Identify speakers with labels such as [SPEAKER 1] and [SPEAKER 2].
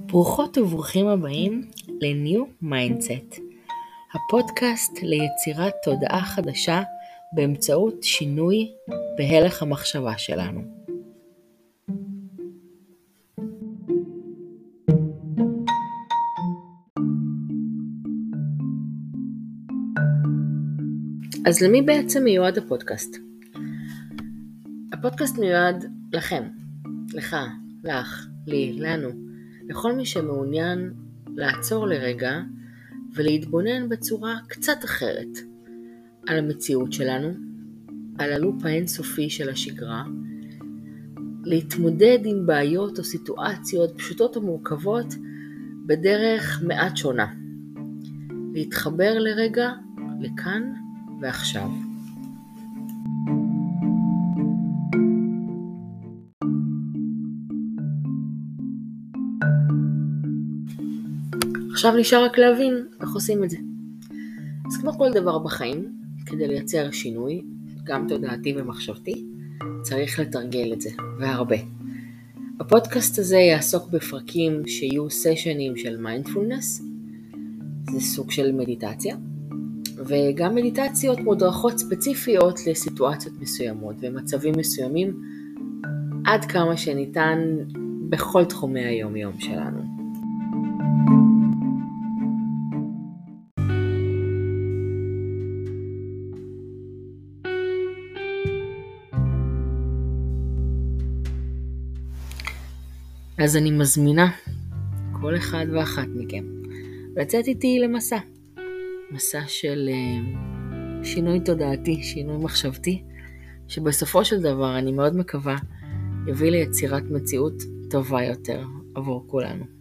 [SPEAKER 1] ברוכות וברוכים הבאים ל-New Mindset, הפודקאסט ליצירת תודעה חדשה באמצעות שינוי בהלך המחשבה שלנו. אז למי בעצם מיועד הפודקאסט? הפודקאסט מיועד לכם, לך, לך, לי, לנו, לכל מי שמעוניין לעצור לרגע ולהתבונן בצורה קצת אחרת על המציאות שלנו, על הלופ האינסופי של השגרה, להתמודד עם בעיות או סיטואציות פשוטות או מורכבות בדרך מעט שונה, להתחבר לרגע לכאן ועכשיו. עכשיו נשאר רק להבין איך עושים את זה. אז כמו כל דבר בחיים, כדי לייצר שינוי, גם תודעתי ומחשבתי, צריך לתרגל את זה, והרבה. הפודקאסט הזה יעסוק בפרקים שיהיו סשנים של מיינדפולנס, זה סוג של מדיטציה, וגם מדיטציות מודרכות ספציפיות לסיטואציות מסוימות ומצבים מסוימים, עד כמה שניתן בכל תחומי היום-יום שלנו. אז אני מזמינה כל אחד ואחת מכם לצאת איתי מסע של שינוי תודעתי, שינוי מחשבתי, שבסופו של דבר אני מאוד מקווה יביא ליצירת מציאות טובה יותר עבור כולנו.